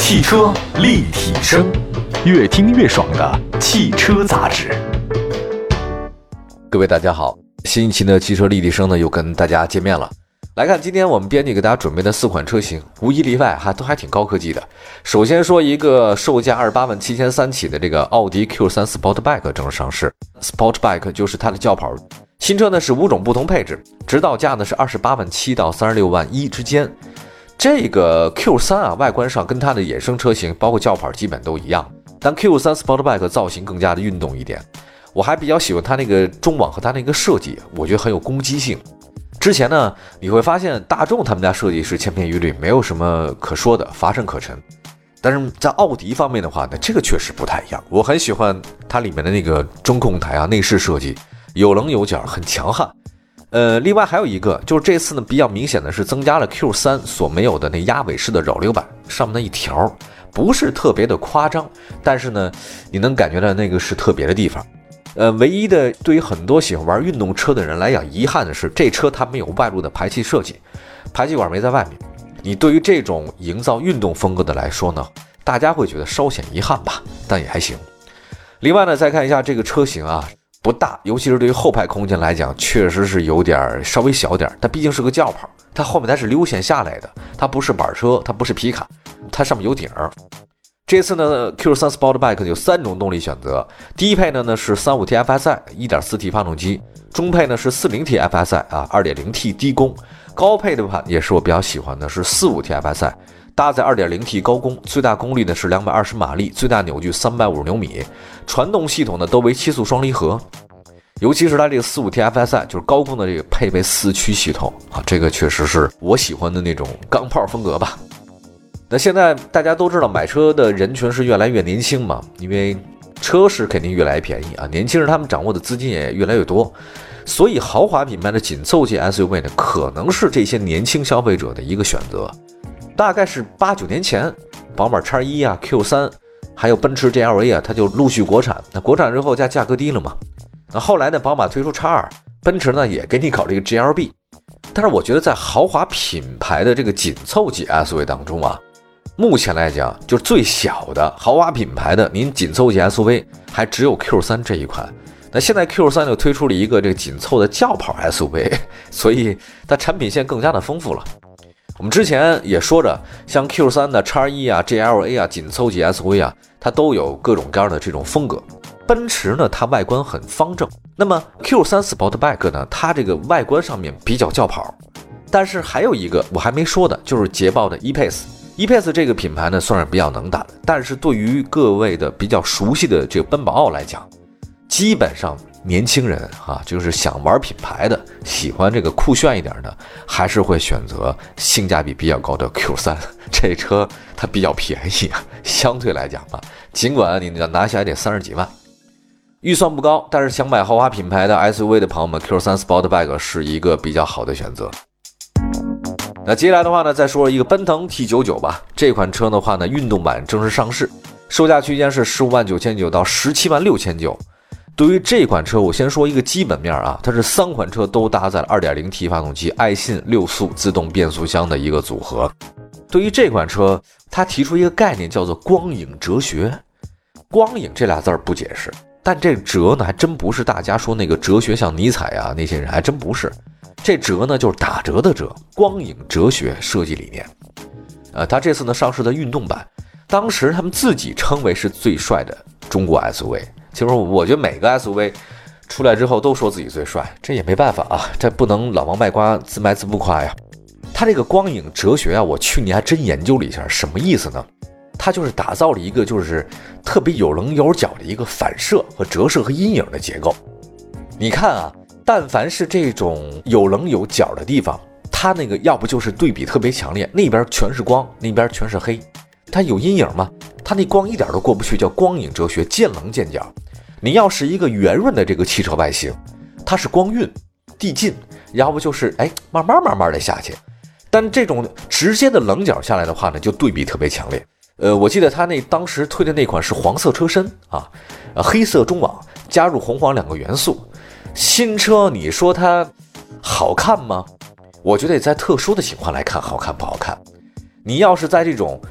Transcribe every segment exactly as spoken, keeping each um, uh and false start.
汽车立体声，越听越爽的汽车杂志。 各位大家好，新一期的汽车立体声呢又跟大家见面了。来看今天我们编辑给大家准备的四款车型，无一例外还都还挺高科技的。首先说一个售价二十八万七千三起的这个奥迪 Q 三 Sportback 正式上市。 Sportback 就是它的轿跑，新车呢是五种不同配置，指导价呢是二十八万七到三十六万一之间。这个 Q 三 啊，外观上跟它的衍生车型包括轿跑基本都一样，但 Q 三 Sportback 造型更加的运动一点。我还比较喜欢它那个中网和它那个设计，我觉得很有攻击性。之前呢，你会发现大众他们家设计是千篇一律，没有什么可说的，乏善可陈。但是在奥迪方面的话呢，这个确实不太一样。我很喜欢它里面的那个中控台啊，内饰设计有棱有角，很强悍。呃，另外还有一个就是这次呢比较明显的是增加了 Q 三 所没有的那压尾式的扰流板，上面那一条不是特别的夸张，但是呢，你能感觉到那个是特别的地方。呃，唯一的对于很多喜欢玩运动车的人来讲，遗憾的是这车它没有外露的排气设计，排气管没在外面。你对于这种营造运动风格的来说呢，大家会觉得稍显遗憾吧，但也还行。另外呢，再看一下这个车型啊，不大，尤其是对于后排空间来讲，确实是有点稍微小点。它毕竟是个轿跑，它后面它是溜线下来的，它不是板车，它不是皮卡，它上面有顶儿。这次呢 Q 三 Sportback 有三种动力选择，低配呢呢是 三十五 T F S I 一点四 T 发动机，中配呢是 四十 T F S I 啊 二点零 T 低功，高配的话也是我比较喜欢的是 四十五 T F S I， 搭载 二点零 T 高功，最大功率呢是两百二十马力，最大扭矩三百五十牛米，传动系统呢都为七速双离合。尤其是它这个 四十五 T F S I 就是高功的这个配备四驱系统啊，这个确实是我喜欢的那种钢炮风格吧。那现在大家都知道买车的人群是越来越年轻嘛，因为车是肯定越来越便宜啊，年轻人他们掌握的资金也越来越多，所以豪华品牌的紧凑级 S U V 呢，可能是这些年轻消费者的一个选择。大概是八九年前，宝马 X 一 啊 Q 三 还有奔驰 G L A 啊，它就陆续国产，那国产之后加价格低了嘛，那后来呢宝马推出 X 二， 奔驰呢也给你搞这个 G L B。 但是我觉得在豪华品牌的这个紧凑级 S U V 当中啊，目前来讲就是最小的豪华品牌的您紧凑级 S U V 还只有 Q 三 这一款。那现在 Q 三 就推出了一个这个紧凑的轿跑 S U V， 所以它产品线更加的丰富了。我们之前也说着，像 Q 三 的 X 一 啊 G L A 啊紧凑级 S U V 啊，它都有各种各样的这种风格。奔驰呢它外观很方正，那么 Q 三 Sportback 呢它这个外观上面比较轿跑。但是还有一个我还没说的，就是捷豹的 E-Pace。E-Pace 这个品牌呢算是比较能打的，但是对于各位的比较熟悉的这个奔宝奥来讲，基本上年轻人啊，就是想玩品牌的，喜欢这个酷炫一点的，还是会选择性价比比较高的 Q 三。这车它比较便宜啊，相对来讲吧，尽管你拿下来得三十几万，预算不高，但是想买豪华品牌的 S U V 的朋友们 ，Q 三 Sportback 是一个比较好的选择。那接下来的话呢，再说一个奔腾 T 九十九 吧。这款车的话呢，运动版正式上市，售价区间是十五万九千九到十七万六千九。对于这款车，我先说一个基本面啊，它是三款车都搭载了 二点零 T 发动机，爱信六速自动变速箱的一个组合。对于这款车，它提出一个概念叫做光影哲学。光影这俩字儿不解释，但这哲呢，还真不是大家说那个哲学像尼采啊那些人，还真不是。这哲呢就是打折的折，光影哲学设计理念。呃，它这次呢上市的运动版，当时他们自己称为是最帅的中国 S U V。其实我觉得每个 S U V 出来之后都说自己最帅，这也没办法啊，这不能老王卖瓜自卖自不夸呀。它这个光影哲学啊，我去年还真研究了一下，什么意思呢？它就是打造了一个就是特别有棱有角的一个反射和折射和阴影的结构。你看啊，但凡是这种有棱有角的地方，它那个要不就是对比特别强烈，那边全是光，那边全是黑，它有阴影吗？它那光一点都过不去，叫光影哲学，见棱见角。你要是一个圆润的这个汽车外形，它是光晕递进，要不就是哎慢慢慢慢的下去。但这种直接的棱角下来的话呢，就对比特别强烈。呃，我记得他那当时推的那款是黄色车身啊，呃，黑色中网，加入红黄两个元素。新车你说它好看吗？我觉得在特殊的情况来看好看不好看。你要是在这种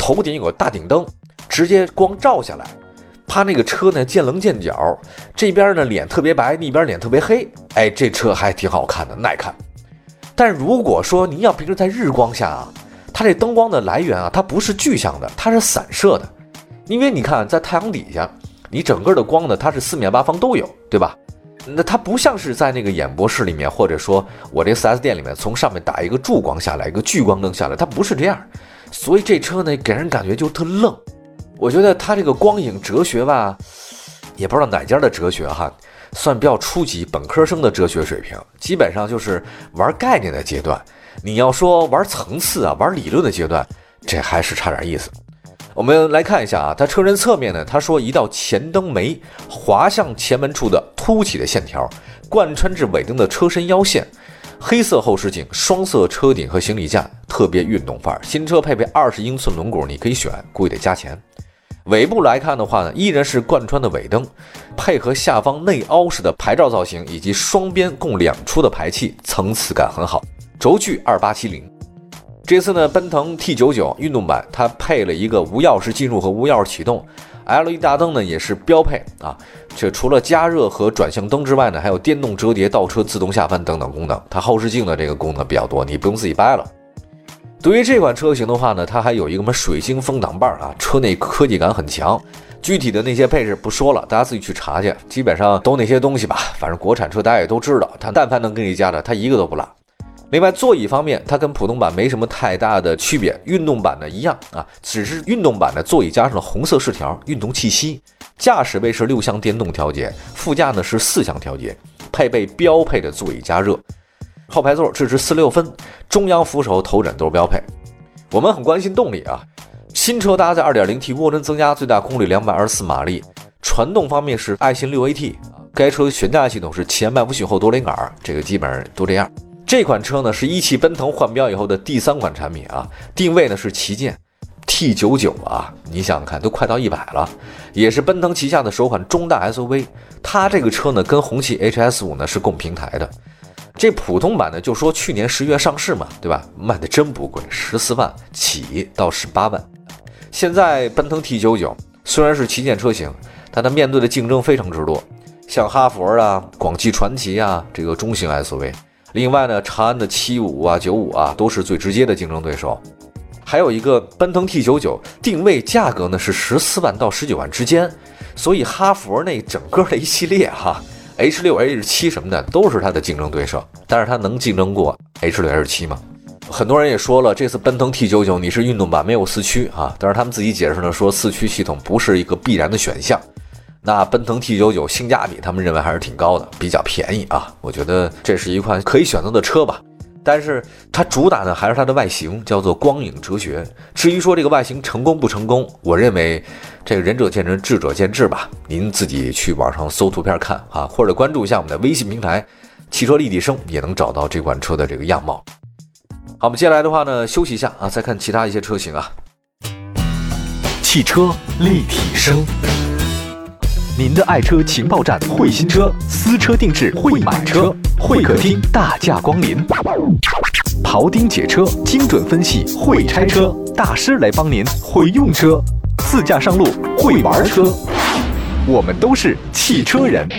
头顶有个大顶灯，直接光照下来，它那个车呢见棱见角，这边呢脸特别白，那边脸特别黑，哎，这车还挺好看的，耐看。但如果说您要平时在日光下啊，它这灯光的来源啊，它不是具象的，它是散射的。因为你看在太阳底下，你整个的光呢，它是四面八方都有，对吧？那它不像是在那个演播室里面，或者说我这 四 S 店里面从上面打一个柱光下来，一个聚光灯下来，它不是这样。所以这车呢给人感觉就特愣。我觉得它这个光影哲学吧，也不知道哪家的哲学哈，算比较初级本科生的哲学水平，基本上就是玩概念的阶段。你要说玩层次啊，玩理论的阶段，这还是差点意思。我们来看一下啊，它车身侧面呢，他说一道前灯眉滑向前门处的凸起的线条，贯穿至尾灯的车身腰线。黑色后视镜、双色车顶和行李架，特别运动范儿。新车配备二十英寸轮毂，你可以选，估计得加钱。尾部来看的话呢，依然是贯穿的尾灯，配合下方内凹式的牌照造型以及双边共两出的排气，层次感很好。轴距二八七零。这次呢，奔腾 T 九十九 运动版它配了一个无钥匙进入和无钥匙启动。L E D 大灯呢也是标配啊，这除了加热和转向灯之外呢，还有电动折叠、倒车自动下翻等等功能。它后视镜的这个功能比较多，你不用自己掰了。对于这款车型的话呢，它还有一个什么水晶风挡把啊，车内科技感很强。具体的那些配置不说了，大家自己去查去，基本上都那些东西吧。反正国产车大家也都知道，它但凡能给你加的，它一个都不落。另外座椅方面，它跟普通版没什么太大的区别，运动版呢一样啊，只是运动版的座椅加上了红色饰条，运动气息。驾驶位是六项电动调节，副驾呢是四项调节，配备标配的座椅加热。后排座支持四六分，中央扶手、头枕都是标配。我们很关心动力啊，新车搭载 二点零 T 涡轮增压，最大功率两百二十四马力。传动方面是爱信 六 A T， 该车悬架系统是前麦弗逊后多连杆，这个基本上都这样。这款车呢是一汽奔腾换标以后的第三款产品啊，定位呢是旗舰 T 九十九 啊，你想想看都快到一百了，也是奔腾旗下的首款中大 S U V。它这个车呢跟红旗 H S 五 呢是共平台的。这普通版呢就说去年十月上市嘛，对吧？卖的真不贵，十四万起到十八万。现在奔腾 T 九十九 虽然是旗舰车型，但它面对的竞争非常之多，像哈弗啊、广汽传祺啊，这个中型 S U V。另外呢，长安的七十五啊、九十五啊都是最直接的竞争对手。还有一个奔腾 T 九十九 定位价格呢是十四万到十九万之间，所以哈弗那整个的一系列哈 H 六 H 七 什么的都是它的竞争对手，但是它能竞争过 H 六 H 七 吗？很多人也说了，这次奔腾 T 九十九 你是运动版没有四驱啊，但是他们自己解释呢说四驱系统不是一个必然的选项。那奔腾 T 九十九 性价比他们认为还是挺高的，比较便宜啊，我觉得这是一款可以选择的车吧。但是它主打的还是它的外形，叫做光影哲学。至于说这个外形成功不成功，我认为这个仁者见仁，智者见智吧。您自己去网上搜图片看啊，或者关注一下我们的微信平台汽车立体声，也能找到这款车的这个样貌。好，我们接下来的话呢，休息一下啊，再看其他一些车型啊。 汽车立体声，您的爱车情报站，会新车，私车定制，会买车，会客厅大驾光临，庖丁解车，精准分析，会拆车，大师来帮您会用车，自驾上路会玩车，我们都是汽车人。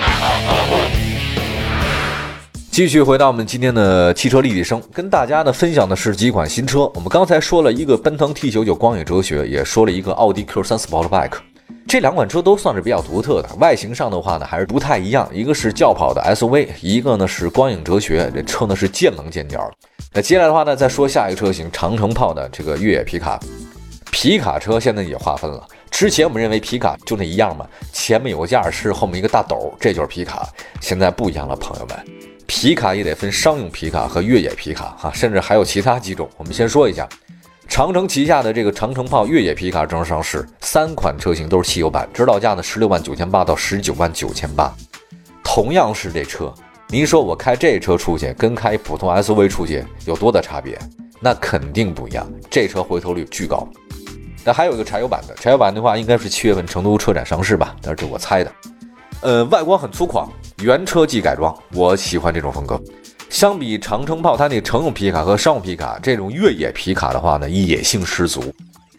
继续回到我们今天的汽车立体声，跟大家呢分享的是几款新车。我们刚才说了一个奔腾 T 九十九 光影哲学，也说了一个奥迪 Q 三 Sportback。这两款车都算是比较独特的，外形上的话呢还是不太一样，一个是轿跑的 S U V， 一个呢是光影哲学，这车呢是见棱见角。那接下来的话呢，再说下一个车型，长城炮的这个越野皮卡。皮卡车现在也划分了，之前我们认为皮卡就那一样嘛，前面有个驾驶室，后面一个大斗，这就是皮卡。现在不一样了，朋友们，皮卡也得分商用皮卡和越野皮卡啊，甚至还有其他几种。我们先说一下长城旗下的这个长城炮越野皮卡正式上市，三款车型都是汽油版，指导价呢十六万九千八到十九万九千八。同样是这车，您说我开这车出去跟开普通 S U V 出去有多大差别？那肯定不一样，这车回头率巨高。但还有一个柴油版的，柴油版的话应该是七月份成都车展上市吧，但是这我猜的。呃，外观很粗犷，原车即改装，我喜欢这种风格。相比长城炮它那乘用皮卡和商用皮卡，这种越野皮卡的话呢，野性十足。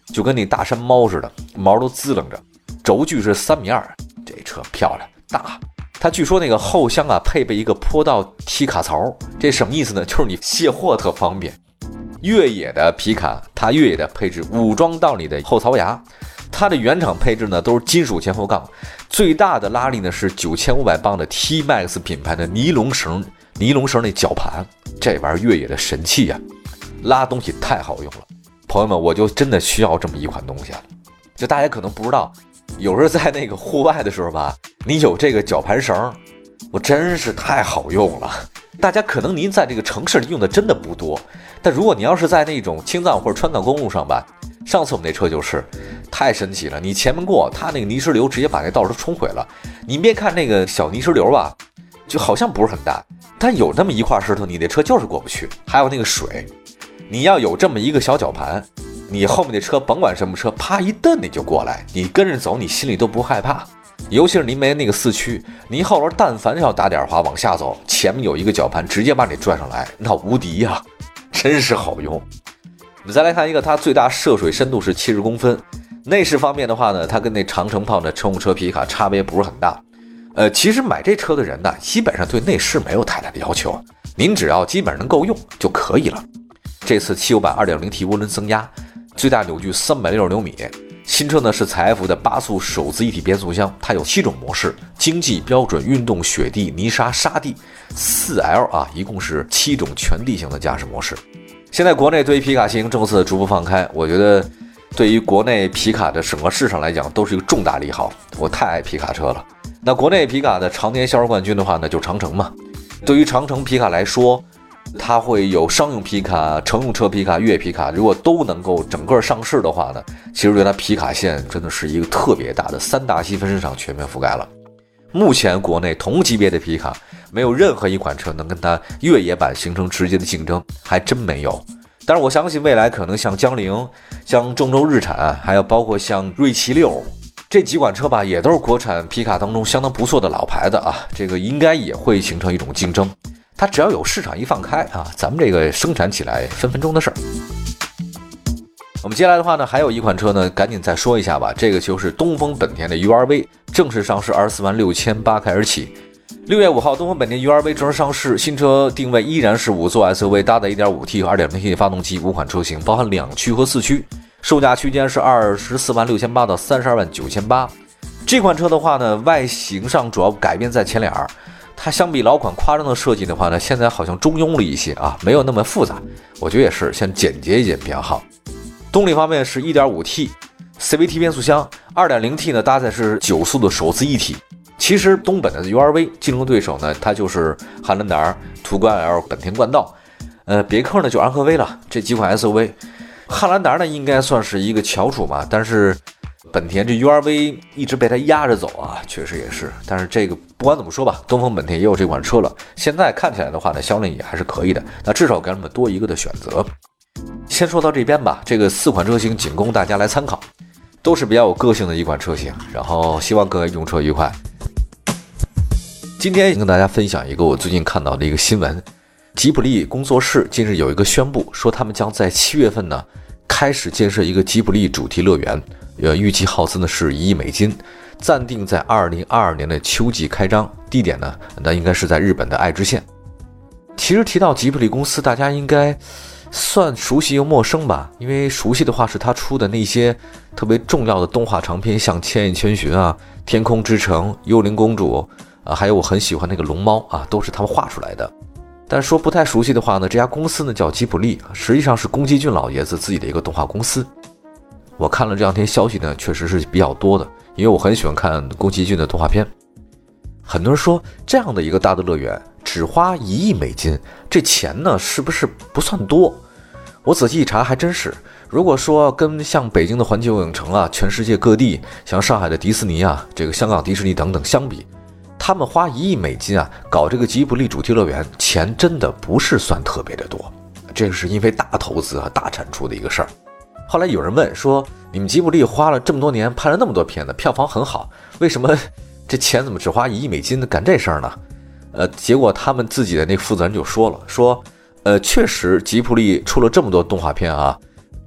就跟那大山猫似的，毛都滋楞着，轴距是三米二，这车漂亮大。它据说那个后箱啊配备一个坡道踢卡槽，这什么意思呢？就是你卸货特方便。越野的皮卡，它越野的配置武装到你的后槽牙，它的原厂配置呢都是金属前后杠，最大的拉力呢是九千五百磅的 T Max 品牌的尼龙绳，尼龙绳那绞盘，这玩意儿越野的神器啊，拉东西太好用了。朋友们，我就真的需要这么一款东西啊！就大家可能不知道，有时候在那个户外的时候吧，你有这个绞盘绳，我真是太好用了。大家可能您在这个城市里用的真的不多，但如果你要是在那种青藏或者川藏公路上吧，上次我们那车就是太神奇了，你前面过，它那个泥石流直接把那道都冲毁了。你别看那个小泥石流吧，就好像不是很大，但有那么一块石头，你那车就是过不去。还有那个水，你要有这么一个小绞盘，你后面的车甭管什么车，啪一蹬你就过来，你跟着走，你心里都不害怕。尤其是您没那个四驱，您后轮但凡要打点滑往下走，前面有一个绞盘直接把你拽上来，那无敌呀、啊，真是好用。我们再来看一个，它最大涉水深度是七十公分。内饰方面的话呢，它跟那长城炮的乘用车皮卡差别不是很大。呃，其实买这车的人呢，基本上对内饰没有太大的要求，您只要基本上能够用就可以了。这次汽油版 二点零 T 涡轮增压，最大扭矩三百六十牛米。新车呢是采 F 的八速手自一体变速箱，它有七种模式：经济、标准、运动、雪地、泥沙、沙地， 四 L 啊，一共是七种全地形的驾驶模式。现在国内对于皮卡新型政策逐步放开，我觉得对于国内皮卡的整个市场来讲都是一个重大利好。我太爱皮卡车了。那国内皮卡的常年销售冠军的话呢，就长城嘛。对于长城皮卡来说，它会有商用皮卡、乘用车皮卡、越野皮卡，如果都能够整个上市的话呢，其实对它皮卡线真的是一个特别大的三大细分市场全面覆盖了。目前国内同级别的皮卡没有任何一款车能跟它越野版形成直接的竞争，还真没有。但是我相信未来可能像江铃、像郑州日产，还有包括像锐奇六这几款车吧，也都是国产皮卡当中相当不错的老牌的啊，这个应该也会形成一种竞争。它只要有市场一放开啊，咱们这个生产起来分分钟的事儿。我们接下来的话呢，还有一款车呢，赶紧再说一下吧。这个就是东风本田的 U R V 正式上市，二十四万六千八开始起。六月五号，东风本田 U R V 正式上市，新车定位依然是五座 S U V， 搭载 一点五 T 和 二点零 T 的发动机，五款车型包含两驱和四驱，售价区间是二十四万六千八到三十二万九千八。这款车的话呢，外形上主要改变在前脸，它相比老款夸张的设计的话呢，现在好像中庸了一些啊，没有那么复杂，我觉得也是先简洁一点比较好。动力方面是 一点五 T C V T 变速箱， 二点零 T 呢搭载是九速的手自一体。其实东本的 U R V 竞争对手呢，它就是汉兰达、途观 L、本田冠道，呃，别克呢就昂科威了，这几款 S U V。汉兰达呢应该算是一个翘楚嘛，但是本田这 U R V 一直被它压着走啊，确实也是。但是这个不管怎么说吧，东风本田也有这款车了，现在看起来的话呢，销量也还是可以的，那至少给他们多一个的选择。先说到这边吧，这个四款车型仅供大家来参考，都是比较有个性的一款车型，然后希望各位用车愉快。今天跟大家分享一个我最近看到的一个新闻，吉卜力工作室近日有一个宣布，说他们将在七月份呢开始建设一个吉卜力主题乐园，呃，预计耗资呢是一亿美金，暂定在二零二二年的秋季开张，地点呢那应该是在日本的爱知县。其实提到吉卜力公司，大家应该算熟悉又陌生吧，因为熟悉的话是他出的那些特别重要的动画长片，像《千与千寻》啊、《天空之城》、《幽灵公主》啊，还有我很喜欢那个龙猫啊，都是他们画出来的。但是说不太熟悉的话呢，这家公司呢叫吉卜力，实际上是宫崎骏老爷子自己的一个动画公司。我看了这两天消息呢，确实是比较多的，因为我很喜欢看宫崎骏的动画片。很多人说这样的一个大的乐园只花一亿美金，这钱呢是不是不算多？我仔细一查还真是。如果说跟像北京的环球影城啊，全世界各地像上海的迪士尼啊，这个香港迪士尼等等相比，他们花一亿美金啊搞这个吉卜力主题乐园，钱真的不是算特别的多，这个是因为大投资和大产出的一个事儿。后来有人问说，你们吉卜力花了这么多年拍了那么多片子，票房很好，为什么这钱怎么只花一亿美金干这事儿呢？呃，结果他们自己的那个负责人就说了，说呃，确实吉卜力出了这么多动画片啊，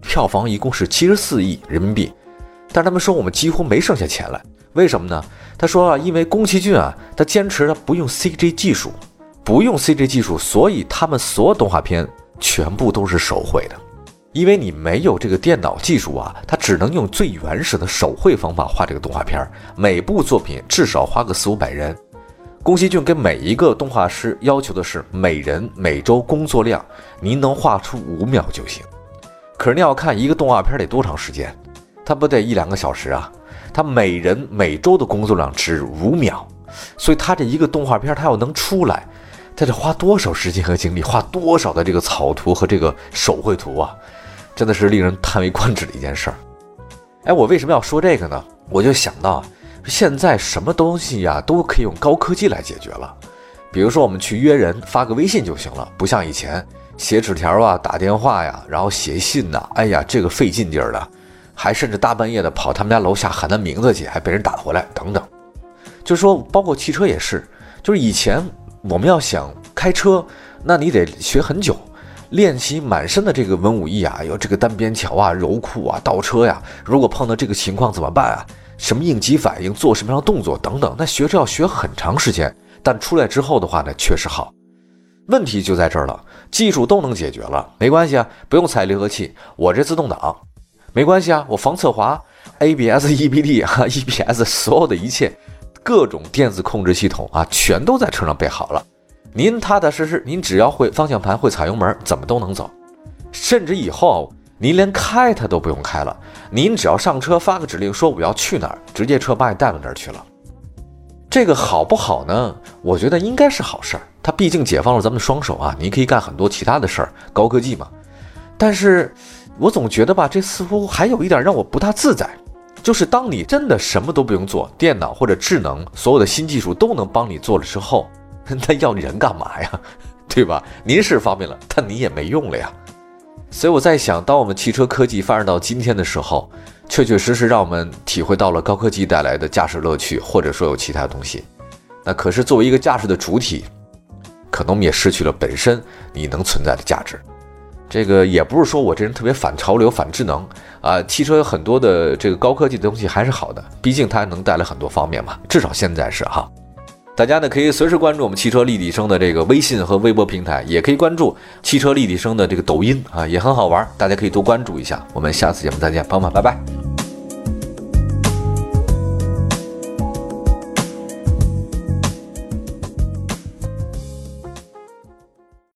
票房一共是七十四亿人民币，但他们说我们几乎没剩下钱来，为什么呢？他说啊，因为宫崎骏啊，他坚持他不用 C G 技术，不用 C G 技术，所以他们所有动画片全部都是手绘的。因为你没有这个电脑技术啊，他只能用最原始的手绘方法画这个动画片，每部作品至少花个四五百人。宫崎骏跟每一个动画师要求的是每人每周工作量您能画出五秒就行。可是你要看一个动画片得多长时间，他不得一两个小时啊，他每人每周的工作量只五秒，所以他这一个动画片他要能出来，他得花多少时间和精力，花多少的这个草图和这个手绘图啊，真的是令人叹为观止的一件事儿。哎，我为什么要说这个呢？我就想到现在什么东西呀都可以用高科技来解决了。比如说我们去约人发个微信就行了，不像以前写纸条啊、打电话呀，然后写信呐，哎呀这个费劲劲儿的，还甚至大半夜的跑他们家楼下喊他名字去，还被人打回来等等。就是说包括汽车也是，就是以前我们要想开车，那你得学很久，练习满身的这个文武艺啊，有这个单边桥啊、柔库啊、倒车呀，如果碰到这个情况怎么办啊？什么应急反应，做什么样的动作等等，那学车要学很长时间，但出来之后的话呢，确实好。问题就在这儿了，技术都能解决了，没关系啊，不用踩离合器，我这自动挡，没关系啊，我防侧滑 A B S、E B D 啊、E B S 所有的一切各种电子控制系统啊，全都在车上备好了。您踏踏实实，您只要会方向盘、会踩油门，怎么都能走。甚至以后您连开它都不用开了，您只要上车发个指令说我要去哪儿，直接车把你带到那儿去了。这个好不好呢？我觉得应该是好事儿，它毕竟解放了咱们的双手啊，你可以干很多其他的事儿，高科技嘛。但是我总觉得吧，这似乎还有一点让我不大自在，就是当你真的什么都不用做，电脑或者智能所有的新技术都能帮你做了之后，那要人干嘛呀？对吧？您是方便了，但你也没用了呀。所以我在想，当我们汽车科技发展到今天的时候，确确实实让我们体会到了高科技带来的驾驶乐趣，或者说有其他东西。那可是作为一个驾驶的主体，可能我们也失去了本身你能存在的价值。这个也不是说我这人特别反潮流、反智能啊，汽车有很多的这个高科技的东西还是好的，毕竟它能带来很多方面嘛，至少现在是哈。大家呢可以随时关注我们汽车立体声的这个微信和微博平台，也可以关注汽车立体声的这个抖音啊，也很好玩，大家可以多关注一下。我们下次节目再见，朋友们，拜拜。